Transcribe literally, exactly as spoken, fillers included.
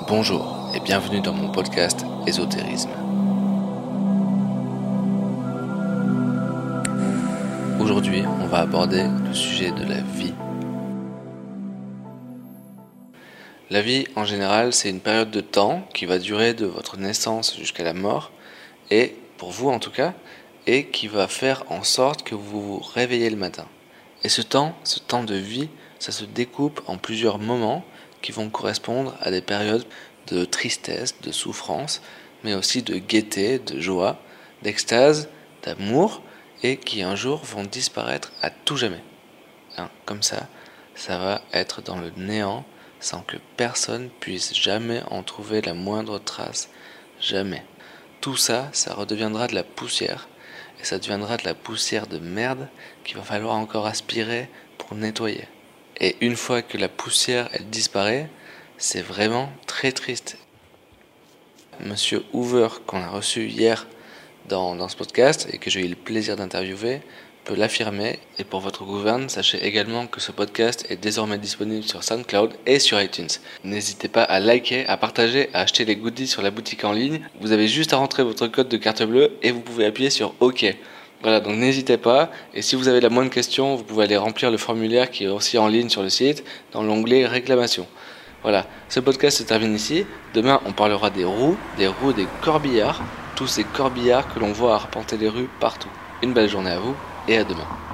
Bonjour et bienvenue dans mon podcast Ésotérisme. Aujourd'hui, on va aborder le sujet de la vie. La vie, en général, c'est une période de temps qui va durer de votre naissance jusqu'à la mort, et, pour vous en tout cas, et qui va faire en sorte que vous vous réveillez le matin. Et ce temps, ce temps de vie, ça se découpe en plusieurs moments qui vont correspondre à des périodes de tristesse, de souffrance, mais aussi de gaieté, de joie, d'extase, d'amour, et qui un jour vont disparaître à tout jamais. Hein, comme ça, ça va être dans le néant, sans que personne puisse jamais en trouver la moindre trace. Jamais. Tout ça, ça redeviendra de la poussière, et ça deviendra de la poussière de merde qu'il va falloir encore aspirer pour nettoyer. Et une fois que la poussière, elle disparaît, c'est vraiment très triste. Monsieur Hoover, qu'on a reçu hier dans, dans ce podcast et que j'ai eu le plaisir d'interviewer, peut l'affirmer. Et pour votre gouverne, sachez également que ce podcast est désormais disponible sur SoundCloud et sur iTunes. N'hésitez pas à liker, à partager, à acheter les goodies sur la boutique en ligne. Vous avez juste à rentrer votre code de carte bleue et vous pouvez appuyer sur OK. Voilà, donc n'hésitez pas. Et si vous avez la moindre question, vous pouvez aller remplir le formulaire qui est aussi en ligne sur le site, dans l'onglet réclamation. Voilà, ce podcast se termine ici. Demain, on parlera des roues, des roues des corbillards, tous ces corbillards que l'on voit arpenter les rues partout. Une belle journée à vous et à demain.